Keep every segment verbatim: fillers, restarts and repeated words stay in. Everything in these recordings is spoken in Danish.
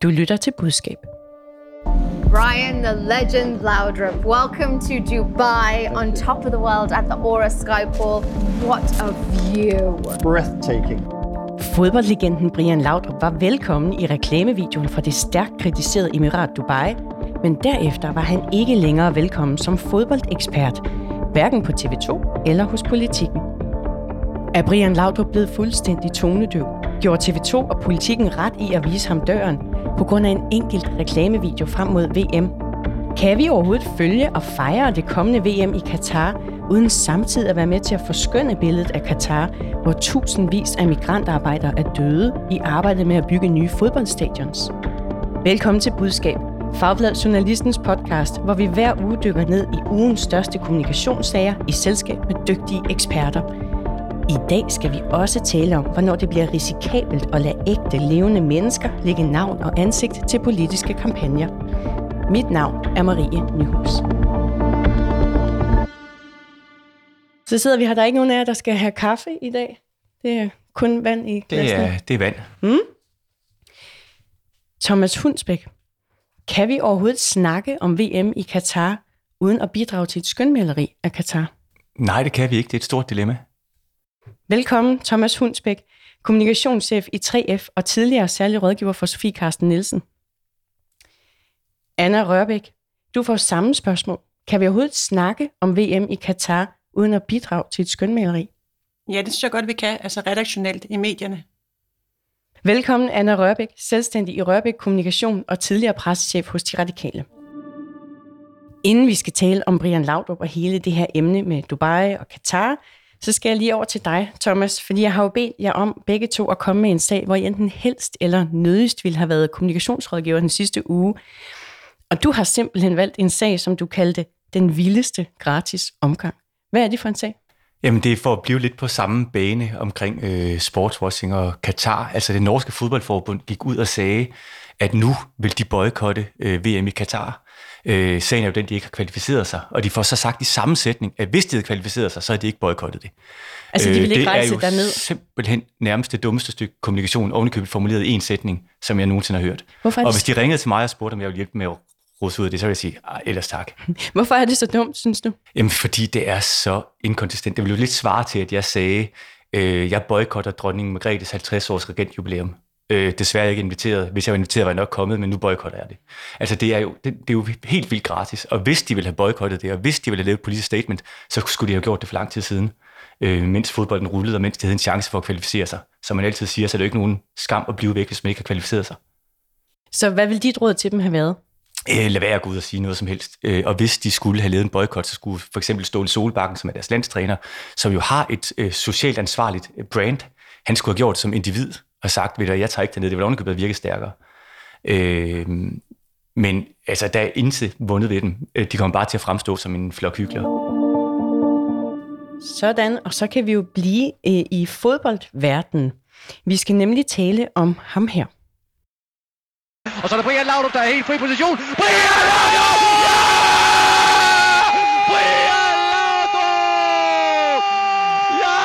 Du lytter til Budskab. Brian the Legend Laudrup, welcome to Dubai, on top of the world at the Aura Sky Pool. What a view! Breathtaking. Fodboldlegenden Brian Laudrup var velkommen i reklamevideoen for det stærkt kritiserede emirat Dubai, men derefter var han ikke længere velkommen som fodboldekspert, hverken på T V to eller hos Politikken. Er Brian Laudrup blevet fuldstændig tonedøv? Gjorde T V to og Politikken ret i at vise ham døren på grund af en enkelt reklamevideo frem mod V M? Kan vi overhovedet følge og fejre det kommende V M i Katar, uden samtidig at være med til at forskønne billedet af Katar, hvor tusindvis af migrantarbejdere er døde i arbejdet med at bygge nye fodboldstadions? Velkommen til Budskab, Fagbladet Journalistens podcast, hvor vi hver uge dykker ned i ugens største kommunikationssager i selskab med dygtige eksperter. I dag skal vi også tale om, hvornår det bliver risikabelt at lade ægte, levende mennesker lægge navn og ansigt til politiske kampagner. Mit navn er Marie Nyhus. Så sidder vi her. Der er ikke nogen af jer, der skal have kaffe i dag. Det er kun vand i glasset. Det er, det er vand. Hmm? Thomas Hundsbæk, kan vi overhovedet snakke om V M i Katar, uden at bidrage til et skønmaleri af Katar? Nej, det kan vi ikke. Det er et stort dilemma. Velkommen, Thomas Hundsbæk, kommunikationschef i tre F og tidligere særlig rådgiver for Sofie Carsten Nielsen. Anna Rørbæk, du får samme spørgsmål. Kan vi overhovedet snakke om V M i Katar, uden at bidrage til et skønmaleri? Ja, det synes jeg godt, vi kan, altså redaktionelt i medierne. Velkommen, Anna Rørbæk, selvstændig i Rørbæk Kommunikation og tidligere pressechef hos De Radikale. Inden vi skal tale om Brian Laudrup og hele det her emne med Dubai og Katar, så skal jeg lige over til dig, Thomas, fordi jeg har jo bedt jer om begge to at komme med en sag, hvor I enten helst eller nødigst ville have været kommunikationsrådgiver den sidste uge. Og du har simpelthen valgt en sag, som du kaldte den vildeste gratis omgang. Hvad er det for en sag? Jamen, det er for at blive lidt på samme bane omkring øh, sportswashing og Katar. Altså, det norske fodboldforbund gik ud og sagde, at nu vil de boykotte øh, V M i Katar. Øh, sagen er jo den, de ikke har kvalificeret sig, og de får så sagt i samme sætning, at hvis de havde kvalificeret sig, så havde de ikke boykottet det. Altså, de vil ikke rejse derned? Det er jo simpelthen nærmest det dummeste stykke kommunikation, ovenikøbet formuleret i en sætning, som jeg nogensinde har hørt. Og hvis de ringede til mig og spurgte, om jeg ville hjælpe med at rose ud af det, så vil jeg sige, ellers tak. Hvorfor er det så dumt, synes du? Jamen, fordi det er så inkonsistent. Det vil jo lidt svare til, at jeg sagde, øh, jeg boykotter dronning Margrethes halvtreds års regentjubilæum. Øh, desværre ikke inviteret. Hvis jeg var inviteret, var jeg nok kommet, men nu boykotter jeg det. Altså, det er jo, det, det er jo helt vildt gratis. Og hvis de ville have boykottet det, og hvis de ville have lavet et politisk statement, så skulle de have gjort det for lang tid siden. Øh, mens fodbolden rullede, og mens de havde en chance for at kvalificere sig. Som man altid siger, så er det jo ikke nogen skam at blive væk, hvis man ikke har kvalificeret sig. Så hvad vil dit råd til dem have været? Øh, lad være at gå ud og sige noget som helst. Øh, og hvis de skulle have lavet en boykot, så skulle for eksempel Ståle Solbakken, som er deres landstræner, som jo har et øh, socialt ansvarligt brand, han skulle have gjort som individ, og sagt, ved du, jeg tager ikke derned, det vil ovenikøbet virke stærkere. Øh, men altså, der er intet vundet ved dem. De kommer bare til at fremstå som en flok hyklere. Sådan, og så kan vi jo blive øh, i fodboldverdenen. Vi skal nemlig tale om ham her. Og så er der Brian Laudrup, der er helt fri position. Brian Laudrup! Ja! Brian Laudrup! Ja!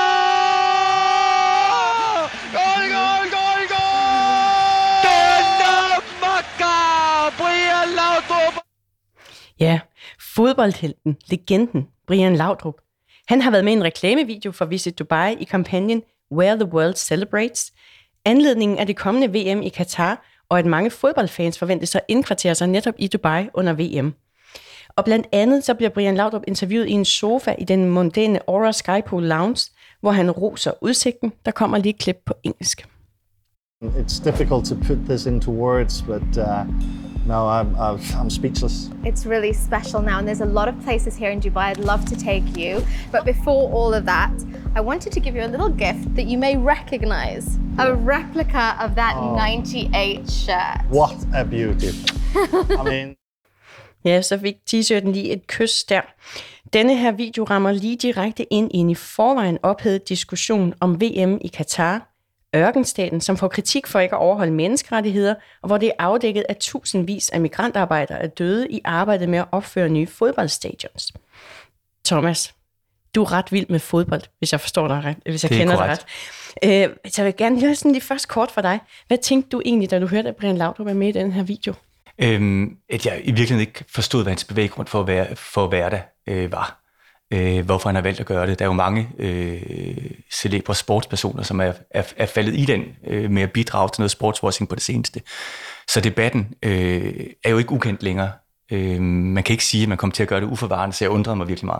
Goal, goal, goal, goal! Denne makker! Brian Laudrup! Ja, fodboldhelten, legenden Brian Laudrup. Han har været med i en reklamevideo for Visit Dubai i kampagnen Where the World Celebrates. Anledningen er det kommende V M i Katar, og at mange fodboldfans forventes at indkvartere sig netop i Dubai under V M. Og blandt andet så bliver Brian Laudrup interviewet i en sofa i den mondæne Aura Sky Pool Lounge, hvor han roser udsigten. Der kommer lige et klip på engelsk. It's difficult to put this into words, but uh, no, I'm, I'm, I'm speechless. It's really special now, and there's a lot of places here in Dubai I'd love to take you. But before all of that, I wanted to give you a little gift that you may recognize. A replica of that oh. ninety-eight shirt. What a beauty. I mean... Ja, så fik t-shirten lige et kys der. Denne her video rammer lige direkte ind i en i forvejen ophedet diskussion om V M i Katar, ørkenstaten, som får kritik for ikke at overholde menneskerettigheder, og hvor det er afdækket, at tusindvis af migrantarbejdere er døde i arbejdet med at opføre nye fodboldstadions. Thomas, Du er ret vild med fodbold, hvis jeg forstår dig ret, hvis jeg det kender korrekt. dig ret. Øh, så jeg vil gerne høre sådan lige først kort for dig. Hvad tænkte du egentlig, da du hørte, at Brian Laudrup er med i den her video? Øhm, at jeg i virkeligheden ikke forstod, hvad hans bevæggrund for at være, for at være der øh, var. Øh, hvorfor han har valgt at gøre det. Der er jo mange øh, celebre sportspersoner, som er, er, er faldet i den øh, med at bidrage til noget sportswashing på det seneste. Så debatten øh, er jo ikke ukendt længere. Øh, man kan ikke sige, at man kommer til at gøre det uforvarende, så jeg undrede mig virkelig meget.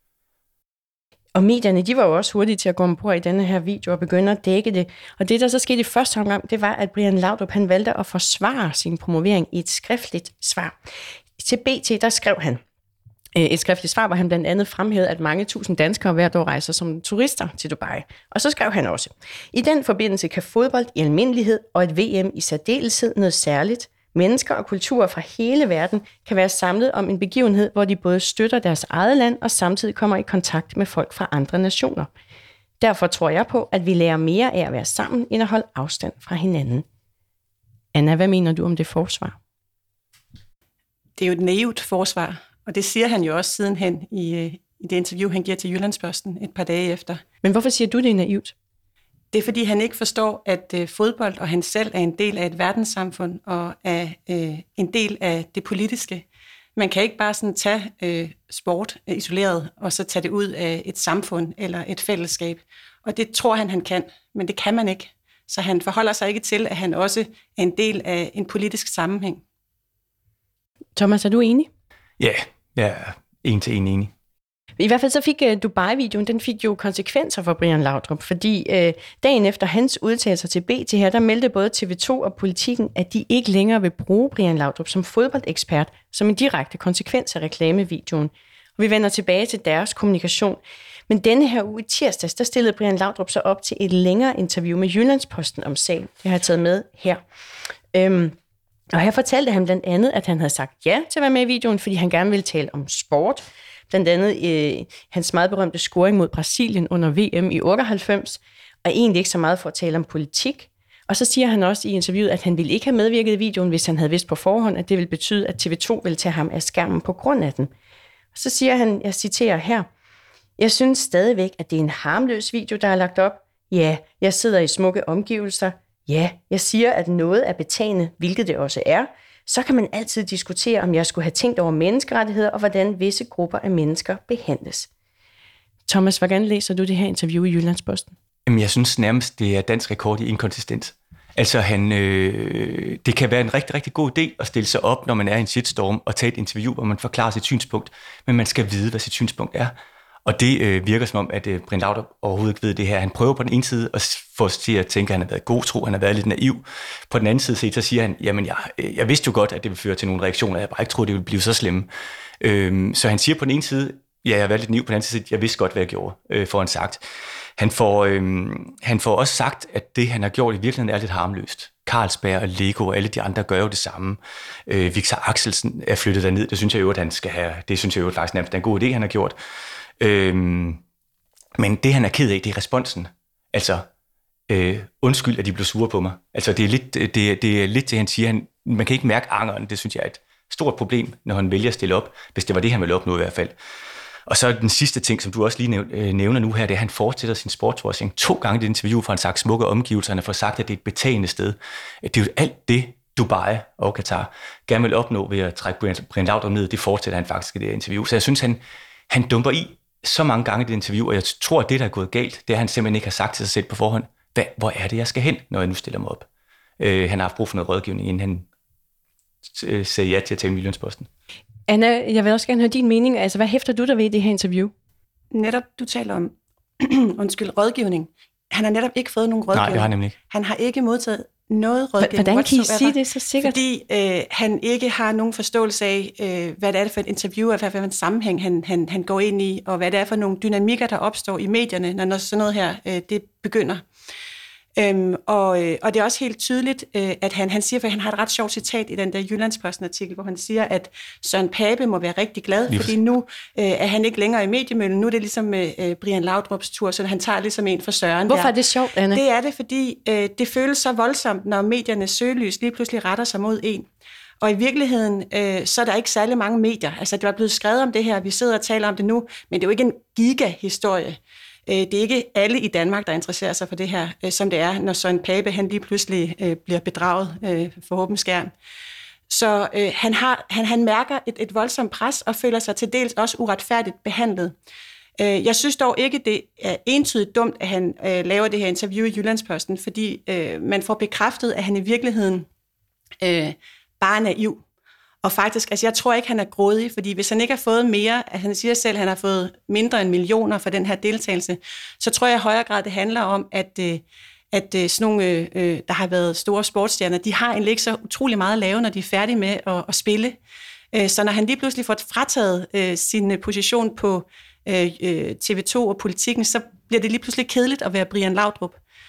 Og medierne, de var jo også hurtige til at gå ombord i denne her video og begynde at dække det. Og det, der så skete i første omgang, det var, at Brian Laudrup, han valgte at forsvare sin promovering i et skriftligt svar. Til B T, der skrev han et skriftligt svar, hvor han blandt andet fremhævede, at mange tusind danskere hvert år rejser som turister til Dubai. Og så skrev han også: i den forbindelse kan fodbold i almindelighed og et V M i særdeleshed noget særligt. Mennesker og kulturer fra hele verden kan være samlet om en begivenhed, hvor de både støtter deres eget land og samtidig kommer i kontakt med folk fra andre nationer. Derfor tror jeg på, at vi lærer mere af at være sammen, end at holde afstand fra hinanden. Anna, hvad mener du om det forsvar? Det er jo et naivt forsvar, og det siger han jo også sidenhen i, i det interview, han giver til Jyllandsposten et par dage efter. Men hvorfor siger du, det er naivt? Det er, fordi han ikke forstår, at øh, fodbold og han selv er en del af et verdenssamfund og er øh, en del af det politiske. Man kan ikke bare sådan tage øh, sport øh, isoleret og så tage det ud af et samfund eller et fællesskab. Og det tror han, han kan, men det kan man ikke. Så han forholder sig ikke til, at han også er en del af en politisk sammenhæng. Thomas, er du enig? Ja, jeg er en til en enig. I hvert fald så fik uh, Dubai-videoen, den fik jo konsekvenser for Brian Laudrup, fordi uh, dagen efter hans udtalelser til B T her, der meldte både T V to og Politikken, at de ikke længere vil bruge Brian Laudrup som fodboldekspert, som en direkte konsekvens af reklamevideoen. Og vi vender tilbage til deres kommunikation. Men denne her uge i tirsdags, der stillede Brian Laudrup sig op til et længere interview med Jyllandsposten om sagen. Det har jeg taget med her. Øhm, og her fortalte han blandt andet, at han havde sagt ja til at være med i videoen, fordi han gerne ville tale om sport. Blandt andet øh, hans meget berømte scoring mod Brasilien under V M i otteoghalvfems, og egentlig ikke så meget for at tale om politik. Og så siger han også i interviewet, at han ville ikke have medvirket i videoen, hvis han havde vidst på forhånd, at det ville betyde, at T V to ville tage ham af skærmen på grund af den. Og så siger han, jeg citerer her: jeg synes stadigvæk, at det er en harmløs video, der er lagt op. Ja, jeg sidder i smukke omgivelser. Ja, jeg siger, at noget er betagende, hvilket det også er. Så kan man altid diskutere, om jeg skulle have tænkt over menneskerettigheder og hvordan visse grupper af mennesker behandles. Thomas, hvordan læser du det her interview i Jyllandsposten? Jamen, jeg synes nærmest, det er dansk rekord i inkonsistens. Altså, han, øh, det kan være en rigtig, rigtig god idé at stille sig op, når man er i en shitstorm, og tage et interview, hvor man forklarer sit synspunkt, men man skal vide, hvad sit synspunkt er. Og det øh, virker som om, at øh, Brian Laudrup overhovedet ikke ved det her. Han prøver på den ene side at få os til at tænke, at han har været god tro, han har været lidt naiv. På den anden side set, så siger han, jamen jeg, jeg vidste jo godt, at det ville føre til nogle reaktioner, jeg bare ikke troede, det ville blive så slemme. Øhm, så han siger på den ene side, ja, jeg har været lidt naiv, på den anden side, jeg vidste godt, hvad jeg gjorde, øh, får han sagt. Han får, øh, han får også sagt, at det, han har gjort i virkeligheden, er lidt harmløst. Carlsberg og Lego og alle de andre gør jo det samme. Øh, Victor Axelsen er flyttet derned, det synes jeg jo, at han skal have, det synes jeg jo faktisk nærmest er en god idé, han har gjort. Øhm, men det, han er ked af, det er responsen. Altså, øh, undskyld, at de blev sure på mig. Altså, det er lidt det, det er lidt det, han siger. Han, man kan ikke mærke angeren. Det synes jeg er et stort problem, når han vælger at stille op, hvis det var det, han ville opnå i hvert fald. Og så den sidste ting, som du også lige nævner nu her, det er, at han fortsætter sin sportswashing. To gange i det interview får han sagt smukke omgivelser, han har fået sagt, at det er et betagende sted. Det er jo alt det, Dubai og Katar gerne vil opnå ved at trække Brian Laudrup ned. Det fortsætter han faktisk i det interview. Så jeg synes, han, han dumper i så mange gange i det interview, og jeg tror, at det, der er gået galt, det er, at han simpelthen ikke har sagt til sig selv på forhånd, hvad, hvor er det, jeg skal hen, når jeg nu stiller mig op. Øh, han har haft brug for noget rådgivning, inden han øh, sagde ja til at tale med Jyllandsposten. Anna, jeg vil også gerne høre din mening. Altså, hvad hæfter du der ved i det her interview? Netop, du taler om undskyld, rådgivning. Han har netop ikke fået nogen rådgivning. Nej, det har han nemlig ikke. Han har ikke modtaget noget rådgivning. Hvordan kan I sige det så sikkert? Fordi øh, han ikke har nogen forståelse af, øh, hvad det er for et interview, og hvad for en sammenhæng han, han, han går ind i, og hvad det er for nogle dynamikker, der opstår i medierne, når sådan noget her øh, det begynder. Øhm, og, øh, og det er også helt tydeligt, øh, at han, han siger, for han har et ret sjovt citat i den der Jyllandsposten-artikel, hvor han siger, at Søren Pape må være rigtig glad, Lige fordi nu øh, er han ikke længere i mediemøllen. Nu er det ligesom øh, Brian Laudrups tur, så han tager ligesom en for Søren. Hvorfor der. er det sjovt, Anna? Det er det, fordi øh, det føles så voldsomt, når mediernes søgelys lige pludselig retter sig mod en. Og i virkeligheden, øh, så er der ikke særlig mange medier. Altså, det var blevet skrevet om det her, vi sidder og taler om det nu, men det er jo ikke en gigahistorie. Øh, det er ikke alle i Danmark, der interesserer sig for det her, øh, som det er, når Søren Pape, han lige pludselig øh, bliver bedraget øh, for åben skærm. Så øh, han, har, han, han mærker et, et voldsomt pres og føler sig til dels også uretfærdigt behandlet. Øh, jeg synes dog ikke, det er entydigt dumt, at han øh, laver det her interview i Jyllandsposten, fordi øh, man får bekræftet, at han i virkeligheden øh, bare er naiv. Og faktisk, altså jeg tror ikke, han er grådig, fordi hvis han ikke har fået mere, at han siger selv, at han har fået mindre end millioner for den her deltagelse, så tror jeg i højere grad, det handler om, at, øh, at øh, sådan nogle, øh, der har været store sportsstjerner, de har egentlig ikke så utrolig meget at lave, når de er færdige med at, at spille. Øh, så når han lige pludselig får frataget øh, sin position på øh, T V to og Politikken, så bliver det lige pludselig kedeligt at være Brian Laudrup.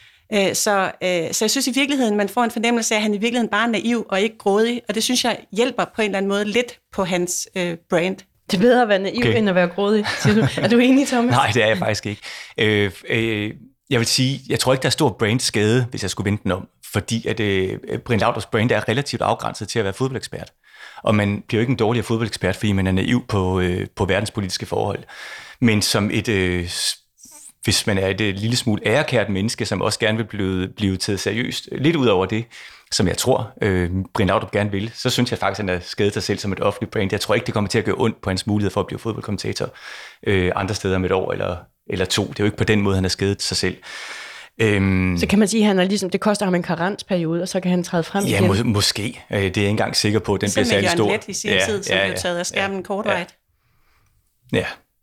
Så, så jeg synes i virkeligheden, man får en fornemmelse af, at han i virkeligheden bare er naiv og ikke grådig, og det synes jeg hjælper på en eller anden måde lidt på hans øh, brand. Det er bedre at være naiv, okay, end at være grådig, siger du. Er du enig, Thomas? Nej, det er jeg faktisk ikke. Øh, øh, jeg vil sige, jeg tror ikke, der er stor brandskade, hvis jeg skulle vente den om, fordi at øh, Brian Laudrups brand er relativt afgrænset til at være fodboldekspert. Og man bliver jo ikke en dårligere fodboldekspert, fordi man er naiv på, øh, på verdenspolitiske forhold. Men som et... Øh, hvis man er et lille smule ærekært menneske, som også gerne vil blive, blive taget seriøst, lidt ud over det, som jeg tror, øh, Brian Laudrup gerne vil, så synes jeg faktisk, at han har skadet sig selv som et offentligt brand. Jeg tror ikke, det kommer til at gøre ondt på hans mulighed for at blive fodboldkommentator øh, andre steder om et år eller, eller to. Det er jo ikke på den måde, han har skadet sig selv. Øhm, så kan man sige, at han er ligesom, det koster ham en karensperiode, og så kan han træde frem ja, igen? Ja, må, måske. Det er jeg ikke engang sikker på. Den bliver særlig stor. Som Jørgen Leth i sin ja, tid, som ja, blev taget af skærmen ja, kortvarigt. Ja. ja.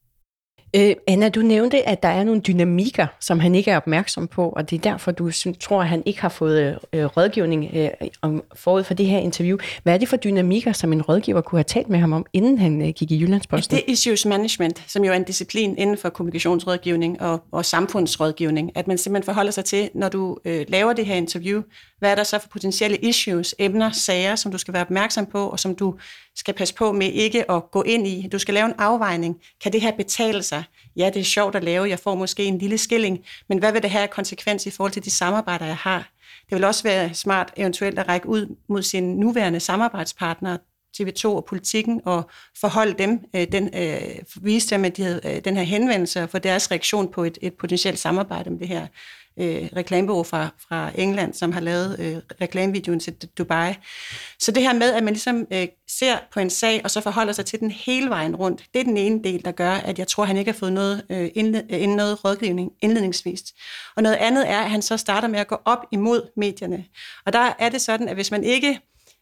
Øh, Anna, du nævnte, at der er nogle dynamikker, som han ikke er opmærksom på, og det er derfor, du tror, at han ikke har fået øh, rådgivning øh, forud for det her interview. Hvad er det for dynamikker, som en rådgiver kunne have talt med ham om, inden han øh, gik i Jyllandsposten? Det er issues management, som jo er en disciplin inden for kommunikationsrådgivning og, og samfundsrådgivning, at man simpelthen forholder sig til, når du øh, laver det her interview, hvad er der så for potentielle issues, emner, sager, som du skal være opmærksom på, og som du skal passe på med ikke at gå ind i. Du skal lave en afvejning. Kan det her betale sig? Ja, det er sjovt at lave. Jeg får måske en lille skilling, men hvad vil det have konsekvens i forhold til de samarbejder, jeg har? Det vil også være smart eventuelt at række ud mod sine nuværende samarbejdspartnere, T V to og Politikken, og forholde dem, den, øh, vise dem, at de havde øh, den her henvendelse, og få deres reaktion på et, et potentielt samarbejde med det her øh, reklamebureau fra, fra England, som har lavet øh, reklamevideoen til Dubai. Så det her med, at man ligesom øh, ser på en sag, og så forholder sig til den hele vejen rundt, det er den ene del, der gør, at jeg tror, at han ikke har fået noget, øh, indled, øh, noget rådgivning indledningsvis. Og noget andet er, at han så starter med at gå op imod medierne. Og der er det sådan, at hvis man ikke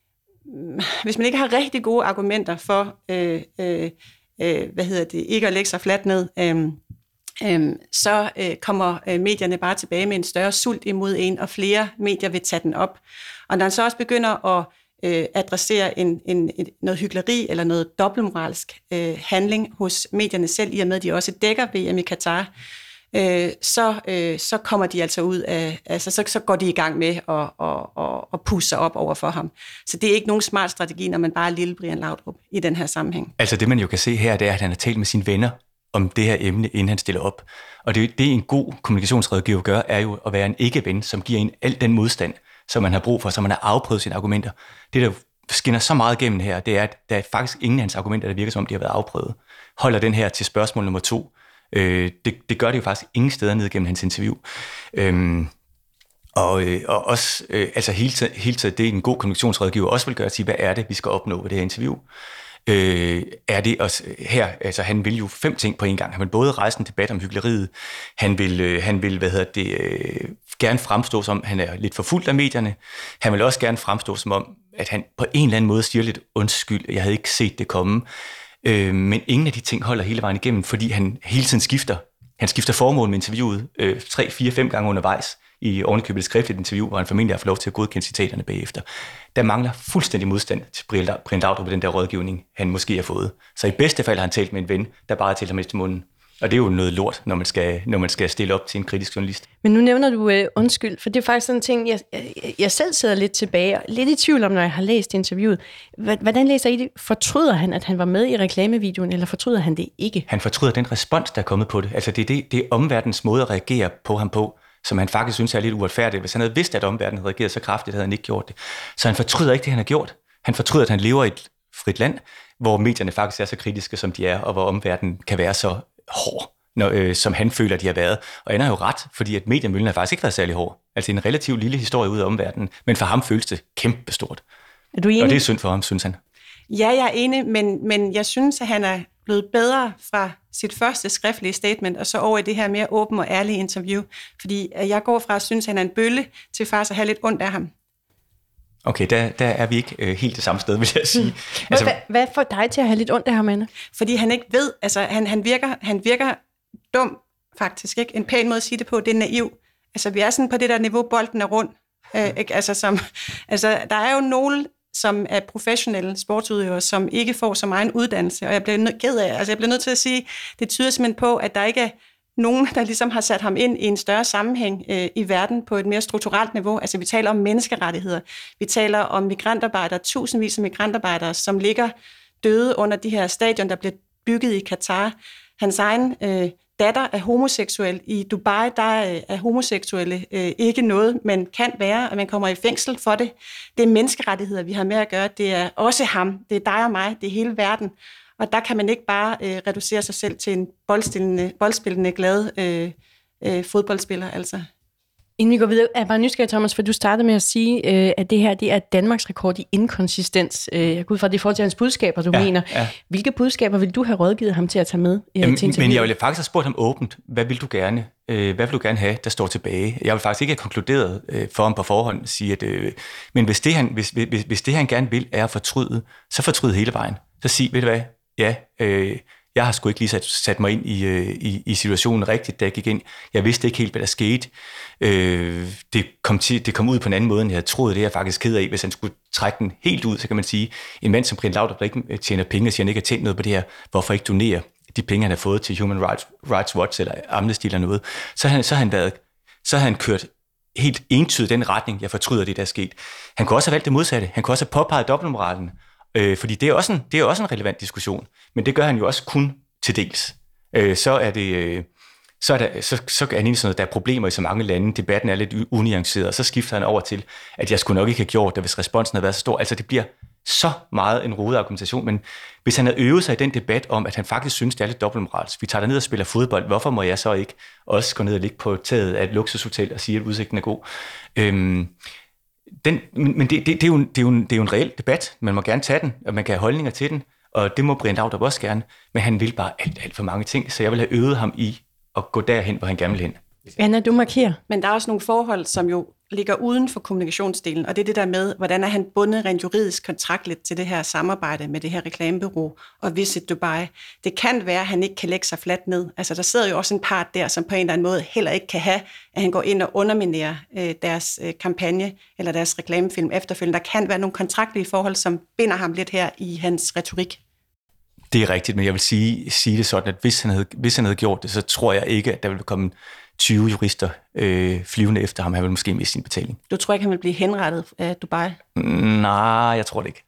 Hvis man ikke har rigtig gode argumenter for, øh, øh, øh, hvad hedder det, ikke at lægge sig fladt ned, øh, øh, så øh, kommer øh, medierne bare tilbage med en større sult imod en, og flere medier vil tage den op. Og når man så også begynder at øh, adressere en, en, en, noget hykleri eller noget dobbeltmoralsk øh, handling hos medierne selv, i og med at de også dækker V M i Katar, Øh, så, øh, så kommer de altså ud af, altså så, så går de i gang med at, at, at, at pusse sig op over for ham. Så det er ikke nogen smart strategi, når man bare er lille Brian Laudrup i den her sammenhæng. Altså det, man jo kan se her, det er, at han har talt med sine venner om det her emne, inden han stiller op. Og det, det en god kommunikationsrådgiver gør, er jo at være en ikke-ven, som giver en al den modstand, som man har brug for, så man har afprøvet sine argumenter. Det, der skinner så meget igennem her, det er, at der er faktisk ingen af hans argumenter, der virker som om, de har været afprøvet. Holder den her til spørgsmål nummer to. Øh, det, det gør det jo faktisk ingen steder ned gennem hans interview. Øhm, og, øh, og også, øh, altså hele tiden, hele tiden, det en god kommunikationsrådgiver også vil gøre, at sige, hvad er det, vi skal opnå ved det her interview? Øh, er det også her, altså han vil jo fem ting på en gang. Han vil både rejse en debat om hykleriet, han vil, øh, han vil hvad hedder det, øh, gerne fremstå som, han er lidt forfulgt af medierne, han vil også gerne fremstå som om, at han på en eller anden måde siger lidt undskyld, jeg havde ikke set det komme. Øh, men ingen af de ting holder hele vejen igennem, fordi han hele tiden skifter. Han skifter formål med interviewet øh, tre, fire, fem gange undervejs i ovenikøbet et skriftligt interview, hvor han formentlig har fået lov til at godkende citaterne bagefter. Der mangler fuldstændig modstand til Brian Laudrup på den der rådgivning, han måske har fået. Så i bedste fald har han talt med en ven, der bare har talt ham efter munden. Og det er jo noget lort, når man skal, når man skal stille op til en kritisk journalist. Men nu nævner du øh, undskyld, for det er faktisk sådan en ting, jeg, jeg, jeg selv sidder lidt tilbage og lidt i tvivl om, når jeg har læst interviewet. Hvordan læser I det? Fortryder han, at han var med i reklamevideoen, eller fortryder han det ikke? Han fortryder den respons, der er kommet på det. Altså det er, det, det er omverdens måde at reagere på ham på, som han faktisk synes er lidt uretfærdigt. Hvis han havde vidst, at omverdenen havde reageret så kraftigt, havde han ikke gjort det. Så han fortryder ikke det, han har gjort. Han fortryder, at han lever i et frit land, hvor medierne faktisk er så kritiske, som de er, og hvor omverdenen kan være så hård, når, øh, som han føler, de har været. Og han har jo ret, fordi at mediemøllen har faktisk ikke været særlig hård. Altså en relativt lille historie ud af omverdenen, men for ham føles det kæmpestort. Er du enig? Og det er synd for ham, synes han. Ja, jeg er enig, men, men jeg synes, at han er blevet bedre fra sit første skriftlige statement, og så over i det her mere åben og ærlige interview. Fordi jeg går fra at synes, at han er en bølle, til faktisk at have lidt ondt af ham. Okay, der, der er vi ikke øh, helt det samme sted, vil jeg sige. Hmm. Altså, hvad, hvad får dig til at have lidt ondt af ham, Anna? Fordi han ikke ved, altså han, han, virker, han virker dum, faktisk. Ikke? En pæn måde at sige det på, det er naiv. Altså vi er sådan på det der niveau, bolden er rund. Øh, ikke? Altså, som, altså der er jo nogle, som er professionelle sportsudøvere, som ikke får så meget en uddannelse, og jeg bliver nødt ked af, altså jeg bliver nødt til at sige, det tyder simpelthen på, at der ikke er nogen, der ligesom har sat ham ind i en større sammenhæng øh, i verden på et mere strukturelt niveau. Altså vi taler om menneskerettigheder, vi taler om migrantarbejdere, tusindvis af migrantarbejdere, som ligger døde under de her stadion, der bliver bygget i Katar. Hans egen øh, datter er homoseksuel. I Dubai, der er homoseksuelle øh, ikke noget, man kan være, og man kommer i fængsel for det. Det er menneskerettigheder, vi har med at gøre. Det er også ham, det er dig og mig, det er hele verden. Og der kan man ikke bare øh, reducere sig selv til en boldspillende, boldspillende glad øh, øh, fodboldspiller. Altså. Inden vi går videre, er jeg bare nysgerrig, Thomas, for du startede med at sige, øh, at det her det er Danmarks rekord i inkonsistens. Øh, jeg går ud fra, det er forhold til hans budskaber, du ja, mener. Ja. Hvilke budskaber vil du have rådgivet ham til at tage med? Øh, Jamen, til interview? Men jeg ville faktisk have spurgt ham åbent, hvad vil du gerne, øh, hvad vil du gerne have, der står tilbage? Jeg vil faktisk ikke have konkluderet øh, for ham på forhånd, sige, at, øh, men hvis det, han, hvis, hvis, hvis det, han gerne vil, er at fortryde, så fortryde hele vejen. Så sig, ved du hvad, ja, øh, jeg har sgu ikke lige sat, sat mig ind i, øh, i, i situationen rigtigt, da jeg gik ind. Jeg vidste ikke helt, hvad der skete. Øh, det, kom til, det kom ud på en anden måde, end jeg havde troet. Det er jeg faktisk ked af, hvis han skulle trække den helt ud, så kan man sige, en mand som Brian Laudrup, der ikke tjener penge, og siger, han ikke har tjent noget på det her, hvorfor ikke donere de penge, han har fået til Human Rights, Rights Watch eller Amnesty eller noget. Så har han, så har han, været, så har han kørt helt entydigt den retning, jeg fortryder det, der er sket. Han kunne også have valgt det modsatte. Han kunne også have påpeget dobbeltmoralen. Øh, fordi det er, også en, det er også en relevant diskussion, men det gør han jo også kun til dels. Øh, så er det, øh, så er der, så, så er han sådan, at der er problemer i så mange lande, debatten er lidt unuanceret, og så skifter han over til, at jeg skulle nok ikke have gjort det, hvis responsen havde været så stor. Altså det bliver så meget en rodet argumentation, men hvis han havde øvet sig i den debat om, at han faktisk synes, det er lidt dobbeltmoralsk, vi tager ned og spiller fodbold, hvorfor må jeg så ikke også gå ned og ligge på taget af et luksushotel og sige, at udsigten er god? Øhm, Den, men det, det, det, er jo, det, er jo en, det er jo en reel debat. Man må gerne tage den, og man kan have holdninger til den, og det må Brian Laudrup også gerne, men han vil bare alt, alt for mange ting, så jeg vil have øvet ham i at gå derhen, hvor han gerne vil hen. Anna, du markerer. Men der er også nogle forhold, som jo ligger uden for kommunikationsdelen, og det er det der med, hvordan er han bundet rent juridisk kontraktligt til det her samarbejde med det her reklamebureau og Visit Dubai. Det kan være, at han ikke kan lægge sig fladt ned. Altså, der sidder jo også en part der, som på en eller anden måde heller ikke kan have, at han går ind og underminerer øh, deres øh, kampagne eller deres reklamefilm efterfølgende. Der kan være nogle kontraktlige forhold, som binder ham lidt her i hans retorik. Det er rigtigt, men jeg vil sige, sige det sådan, at hvis han, havde, hvis han havde gjort det, så tror jeg ikke, at der ville komme tyve jurister øh, flyvende efter ham. Han ville måske miste sin betaling. Du tror ikke, han vil blive henrettet af Dubai? Nej, jeg tror det ikke.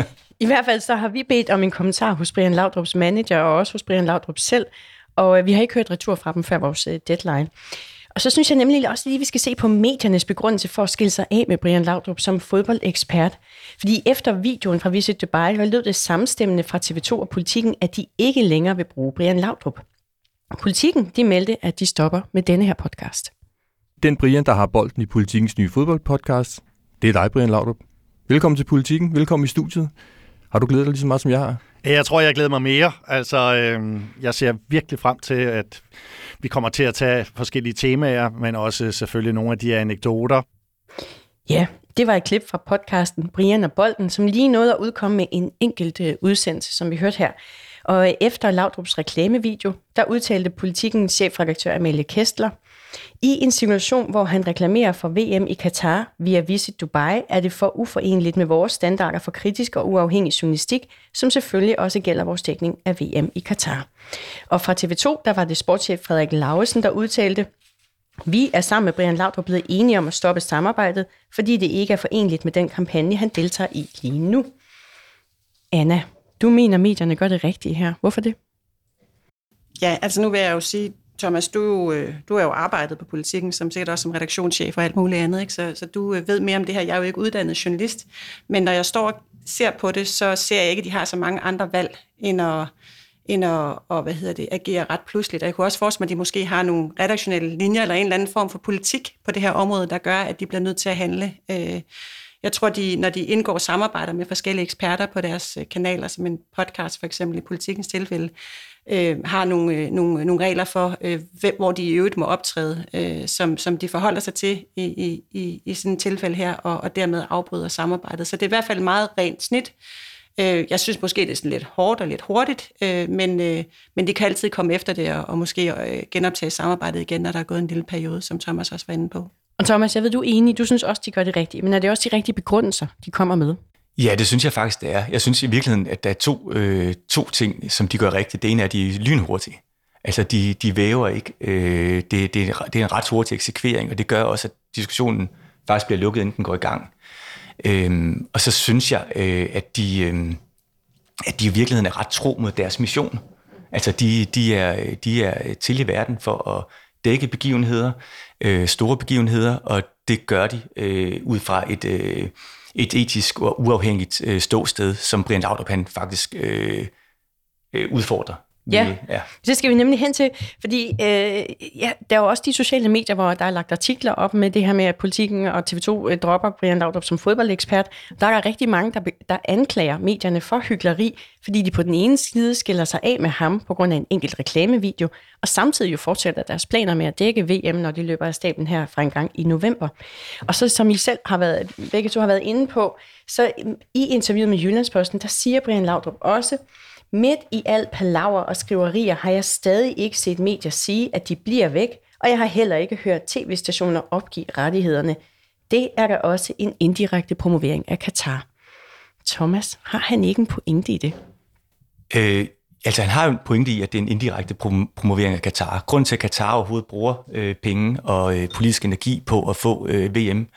I hvert fald så har vi bedt om en kommentar hos Brian Laudrups manager, og også hos Brian Laudrup selv, og øh, vi har ikke hørt retur fra dem før vores øh, deadline. Og så synes jeg nemlig også lige, at vi skal se på mediernes begrundelse for at skille sig af med Brian Laudrup som fodboldekspert. Fordi efter videoen fra Visit Dubai, der lød det samstemmende fra T V to og Politikken, at de ikke længere vil bruge Brian Laudrup. Politikken, de meldte, at de stopper med denne her podcast. Den Brian, der har bolden i Politikens nye fodboldpodcast, det er dig, Brian Laudrup. Velkommen til Politikken, velkommen i studiet. Har du glædet dig lige så meget, som jeg har? Jeg tror, jeg glæder mig mere. Altså, øh, jeg ser virkelig frem til, at vi kommer til at tage forskellige temaer, men også selvfølgelig nogle af de anekdoter. Ja, det var et klip fra podcasten Brian og Bolden, som lige nåede at udkomme med en enkelt udsendelse, som vi hørte her. Og efter Laudrups reklamevideo, der udtalte Politikens chefredaktør Amalie Kestler, i en situation, hvor han reklamerer for V M i Katar via Visit Dubai, er det for uforeneligt med vores standarder for kritisk og uafhængig journalistik, som selvfølgelig også gælder vores dækning af V M i Katar. Og fra T V to, der var det sportschef Frederik Lauesen, der udtalte, vi er sammen med Brian Laudrup blevet enige om at stoppe samarbejdet, fordi det ikke er foreneligt med den kampagne, han deltager i lige nu. Anna, du mener, medierne gør det rigtige her. Hvorfor det? Ja, altså nu vil jeg jo sige, Thomas, du, du har jo arbejdet på Politikken, som sikkert også som redaktionschef og alt muligt andet, ikke? Så, så du ved mere om det her. Jeg er jo ikke uddannet journalist, men når jeg står og ser på det, så ser jeg ikke, at de har så mange andre valg, end at, end at og, hvad hedder det, agere ret pludseligt. Og jeg kunne også forestille mig, at de måske har nogle redaktionelle linjer, eller en eller anden form for politik på det her område, der gør, at de bliver nødt til at handle. Jeg tror, de, når de indgår samarbejder med forskellige eksperter på deres kanaler, som en podcast for eksempel i Politikens tilfælde, øh, har nogle, øh, nogle, nogle regler for, øh, hvem, hvor de i øvrigt må optræde, øh, som, som de forholder sig til i, i, i, i sådan et tilfælde her, og, og dermed afbryder samarbejdet. Så det er i hvert fald meget rent snit. Øh, jeg synes måske, det er sådan lidt hårdt og lidt hurtigt, øh, men, øh, men de kan altid komme efter det, og, og måske øh, genoptage samarbejdet igen, når der er gået en lille periode, som Thomas også var inde på. Og Thomas, jeg ved, du er enig. Du synes også, de gør det rigtige. Men er det også de rigtige begrundelser, de kommer med? Ja, det synes jeg faktisk, det er. Jeg synes i virkeligheden, at der er to, øh, to ting, som de gør rigtigt. Det ene er, at de er lynhurtige. Altså, de, de væver ikke. Øh, det, det, er, det er en ret hurtig eksekvering, og det gør også, at diskussionen faktisk bliver lukket, inden den går i gang. Øh, og så synes jeg, øh, at, de, øh, at de i virkeligheden er ret tro mod deres mission. Altså, de, de, er, de er til i verden for at dække begivenheder, øh, store begivenheder, og det gør de øh, ud fra et, øh, et etisk og uafhængigt øh, ståsted, som Brian Laudrup han faktisk øh, øh, udfordrer. Ja, ja, det skal vi nemlig hen til, fordi øh, ja, der er jo også de sociale medier, hvor der er lagt artikler op med det her med, at Politikken og T V to øh, dropper Brian Laudrup som fodboldekspert. Der er rigtig mange, der, der anklager medierne for hykleri, fordi de på den ene side skiller sig af med ham på grund af en enkelt reklamevideo, og samtidig jo fortsætter deres planer med at dække V M, når de løber af stablen her fra en gang i november. Og så som I selv har været, begge to har været inde på, så i interviewet med Jyllandsposten, der siger Brian Laudrup også: midt i alt palaver og skriverier har jeg stadig ikke set medier sige, at de bliver væk, og jeg har heller ikke hørt tv-stationer opgive rettighederne. Det er da også en indirekte promovering af Katar. Thomas, har han ikke en pointe i det? Øh, altså, han har jo en pointe i, at det er en indirekte prom- promovering af Katar. Grunden til, at Katar overhovedet bruger øh, penge og øh, politisk energi på at få øh, V M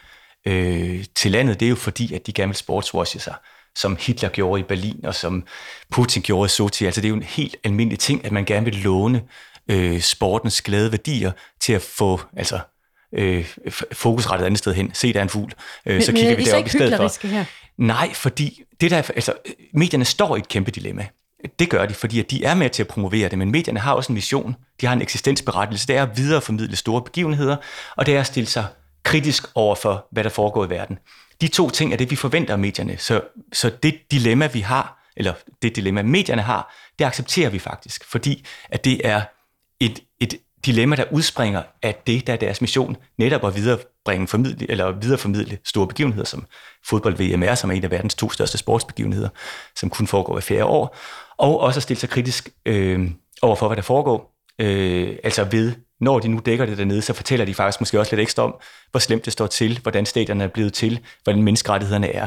øh, til landet, det er jo fordi, at de gerne vil sportswashe sig, som Hitler gjorde i Berlin, og som Putin gjorde i Sochi. Altså, det er jo en helt almindelig ting, at man gerne vil låne øh, sportens glade værdier til at få altså, øh, fokus rettet et andet sted hen. Se, der er en fugl. Øh, men, så kigger men, vi derop i stedet for. Her? Nej, fordi det der, altså, medierne står i et kæmpe dilemma. Det gør de, fordi at de er med til at promovere det, men medierne har også en mission. De har en eksistensberettigelse. Det er at videreformidle store begivenheder, og det er at stille sig kritisk over for, hvad der foregår i verden. De to ting er det, vi forventer af medierne. Så, så det dilemma, vi har, eller det dilemma, medierne har, det accepterer vi faktisk, fordi at det er et, et dilemma, der udspringer af det, der er deres mission, netop at viderebringe, formidle, eller videreformidle store begivenheder, som fodbold-V M er, som er en af verdens to største sportsbegivenheder, som kun foregår i fjerde år, og også at stille sig kritisk øh, over for, hvad der foregår, øh, altså ved når de nu dækker det dernede, så fortæller de faktisk måske også lidt ekstra om, hvor slemt det står til, hvordan stadierne er blevet til, hvordan menneskerettighederne er.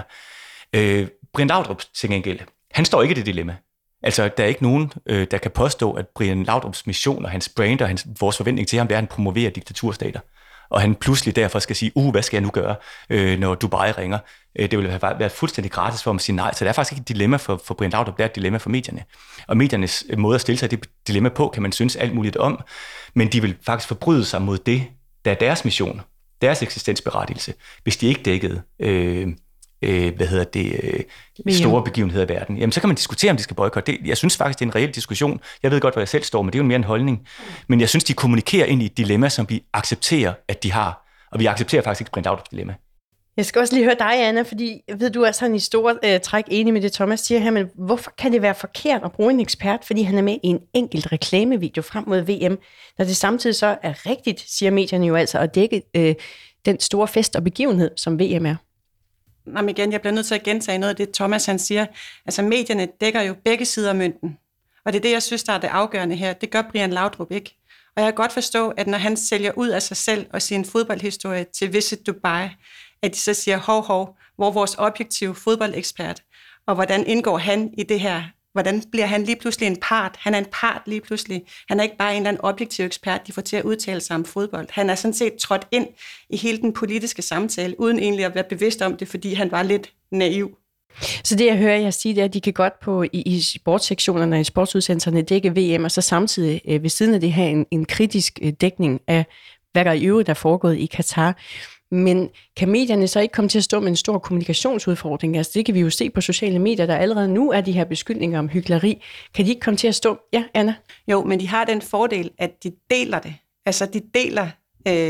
Øh, Brian Laudrup til gengæld, han står ikke i det dilemma. Altså, der er ikke nogen, øh, der kan påstå, at Brian Laudrups mission og hans brand og hans, vores forventning til ham, det er, at han promoverer diktaturstater. Og han pludselig derfor skal sige, uh, hvad skal jeg nu gøre, øh, når Dubai ringer? Øh, det vil have været fuldstændig gratis for ham at sige nej. Så det er faktisk ikke et dilemma for, for Brian Laudrup, det er et dilemma for medierne. Og mediernes måde at stille sig det dilemma på, kan man synes alt muligt om, men de vil faktisk forbryde sig mod det, der er deres mission, deres eksistensberettigelse, hvis de ikke dækkede øh, øh, hvad hedder det, øh, store begivenheder i verden. Jamen, så kan man diskutere, om de skal boykotte. Jeg synes faktisk, det er en reel diskussion. Jeg ved godt, hvor jeg selv står, men det er jo mere en holdning. Men jeg synes, de kommunikerer ind i et dilemma, som vi accepterer, at de har. Og vi accepterer faktisk ikke Brian Laudrups dilemma. Jeg skal også lige høre dig, Anna, fordi ved du er sådan i store øh, træk enig med det, Thomas siger her, men hvorfor kan det være forkert at bruge en ekspert, fordi han er med i en enkelt reklamevideo frem mod V M, når det samtidig så er rigtigt, siger medierne jo altså, at dække øh, den store fest og begivenhed, som V M er? Jamen igen, jeg bliver nødt til at gentage noget af det, Thomas han siger. Altså medierne dækker jo begge sider af mønten, og det er det, jeg synes, der er det afgørende her. Det gør Brian Laudrup ikke. Og jeg kan godt forstå, at når han sælger ud af sig selv og sin fodboldhistorie til Visit Dubai, at de så siger, hov, hov, hvor vores objektive fodboldekspert, og hvordan indgår han i det her? Hvordan bliver han lige pludselig en part? Han er en part lige pludselig. Han er ikke bare en eller anden objektiv ekspert, de får til at udtale sig om fodbold. Han er sådan set trådt ind i hele den politiske samtale, uden egentlig at være bevidst om det, fordi han var lidt naiv. Så det, jeg hører jer sige, det er, at de kan godt på i, i sportssektionerne og i sportsudsendelserne dække V M, og så samtidig øh, ved siden af det her en, en kritisk øh, dækning af, hvad der i øvrigt er foregået i Katar. Men kan medierne så ikke komme til at stå med en stor kommunikationsudfordring? Altså det kan vi jo se på sociale medier, der allerede nu er de her beskyldninger om hykleri. Kan de ikke komme til at stå? Ja, Anna? Jo, men de har den fordel, at de deler det. Altså de deler... Øh,